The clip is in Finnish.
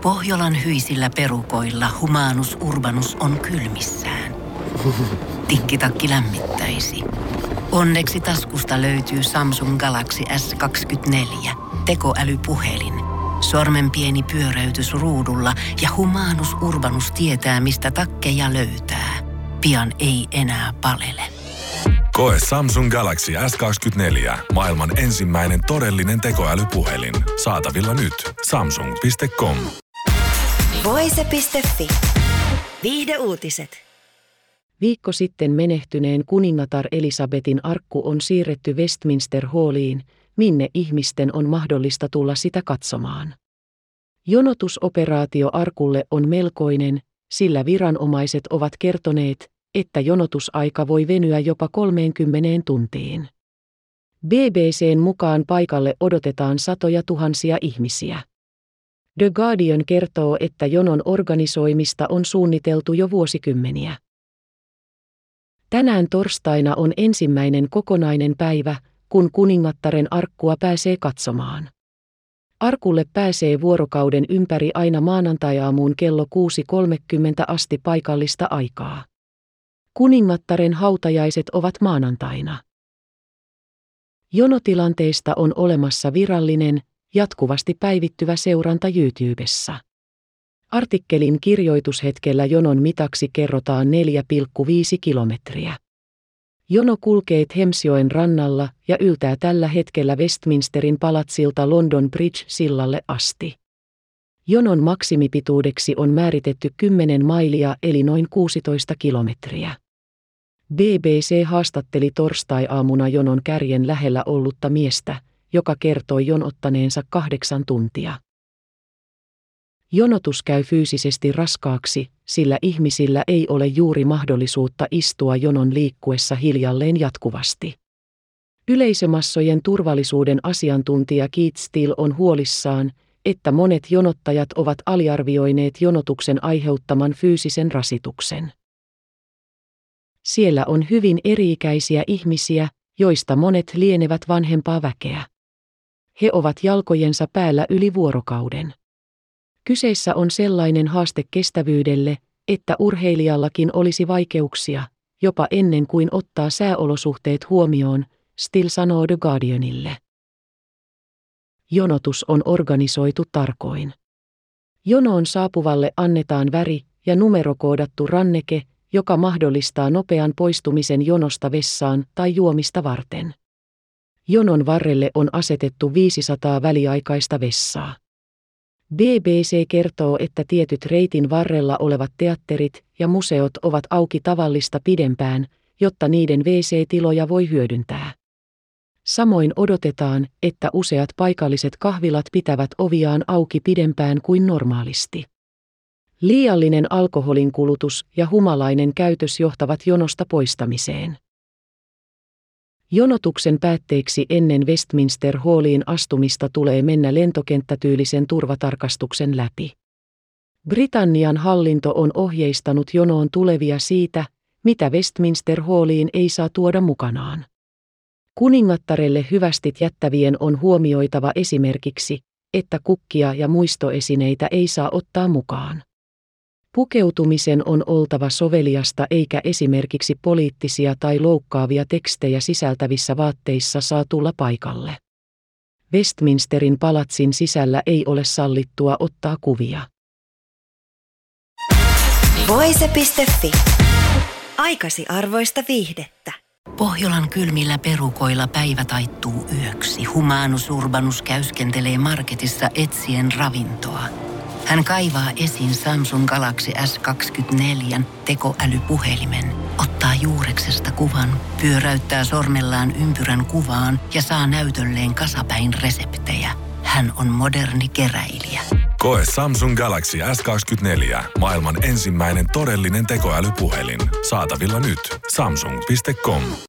Pohjolan hyisillä perukoilla Humanus Urbanus on kylmissään. Tikkitakki lämmittäisi. Onneksi taskusta löytyy Samsung Galaxy S24, tekoälypuhelin. Sormen pieni pyöräytys ruudulla ja Humanus Urbanus tietää, mistä takkeja löytää. Pian ei enää palele. Koe Samsung Galaxy S24. Maailman ensimmäinen todellinen tekoälypuhelin. Saatavilla nyt. Samsung.com. Voise.fi. Viihdeuutiset. Viikko sitten menehtyneen kuningatar Elisabetin arkku on siirretty Westminster Halliin, minne ihmisten on mahdollista tulla sitä katsomaan. Jonotusoperaatio arkulle on melkoinen, sillä viranomaiset ovat kertoneet, että jonotusaika voi venyä jopa 30 tuntiin. BBC:n mukaan paikalle odotetaan satoja tuhansia ihmisiä. The Guardian kertoo, että jonon organisoimista on suunniteltu jo vuosikymmeniä. Tänään torstaina on ensimmäinen kokonainen päivä, kun kuningattaren arkkua pääsee katsomaan. Arkulle pääsee vuorokauden ympäri aina maanantai-aamuun kello 6:30 asti paikallista aikaa. Kuningattaren hautajaiset ovat maanantaina. Jonotilanteesta on olemassa virallinen, jatkuvasti päivittyvä seuranta YouTubessa. Artikkelin kirjoitushetkellä jonon mitaksi kerrotaan 4,5 kilometriä. Jono kulkee Thamesjoen rannalla ja yltää tällä hetkellä Westminsterin palatsilta London Bridge-sillalle asti. Jonon maksimipituudeksi on määritetty 10 mailia eli noin 16 kilometriä. BBC haastatteli torstai-aamuna jonon kärjen lähellä ollutta miestä, joka kertoi jonottaneensa 8 tuntia. Jonotus käy fyysisesti raskaaksi, sillä ihmisillä ei ole juuri mahdollisuutta istua jonon liikkuessa hiljalleen jatkuvasti. Yleisömassojen turvallisuuden asiantuntija Keith Steele on huolissaan, että monet jonottajat ovat aliarvioineet jonotuksen aiheuttaman fyysisen rasituksen. Siellä on hyvin eri-ikäisiä ihmisiä, joista monet lienevät vanhempaa väkeä. He ovat jalkojensa päällä yli vuorokauden. Kyseessä on sellainen haaste kestävyydelle, että urheilijallakin olisi vaikeuksia, jopa ennen kuin ottaa sääolosuhteet huomioon, Steele sanoo The Guardianille. Jonotus on organisoitu tarkoin. Jonoon saapuvalle annetaan väri- ja numerokoodattu ranneke, joka mahdollistaa nopean poistumisen jonosta vessaan tai juomista varten. Jonon varrelle on asetettu 500 väliaikaista vessaa. BBC kertoo, että tietyt reitin varrella olevat teatterit ja museot ovat auki tavallista pidempään, jotta niiden WC-tiloja voi hyödyntää. Samoin odotetaan, että useat paikalliset kahvilat pitävät oviaan auki pidempään kuin normaalisti. Liiallinen alkoholin kulutus ja humalainen käytös johtavat jonosta poistamiseen. Jonotuksen päätteeksi ennen Westminster Halliin astumista tulee mennä lentokenttätyylisen turvatarkastuksen läpi. Britannian hallinto on ohjeistanut jonoon tulevia siitä, mitä Westminster Halliin ei saa tuoda mukanaan. Kuningattarelle hyvästit jättävien on huomioitava esimerkiksi, että kukkia ja muistoesineitä ei saa ottaa mukaan. Pukeutumisen on oltava soveliasta eikä esimerkiksi poliittisia tai loukkaavia tekstejä sisältävissä vaatteissa saa tulla paikalle. Westminsterin palatsin sisällä ei ole sallittua ottaa kuvia. Voise.fi. Aikasi arvoista viihdettä. Pohjolan kylmillä perukoilla päivä taittuu yöksi. Humanus Urbanus käyskentelee marketissa etsien ravintoa. Hän kaivaa esiin Samsung Galaxy S24 tekoälypuhelimen, ottaa juureksesta kuvan, pyöräyttää sormellaan ympyrän kuvaan ja saa näytölleen kasapäin reseptejä. Hän on moderni keräilijä. Koe Samsung Galaxy S24. Maailman ensimmäinen todellinen tekoälypuhelin. Saatavilla nyt. Samsung.com.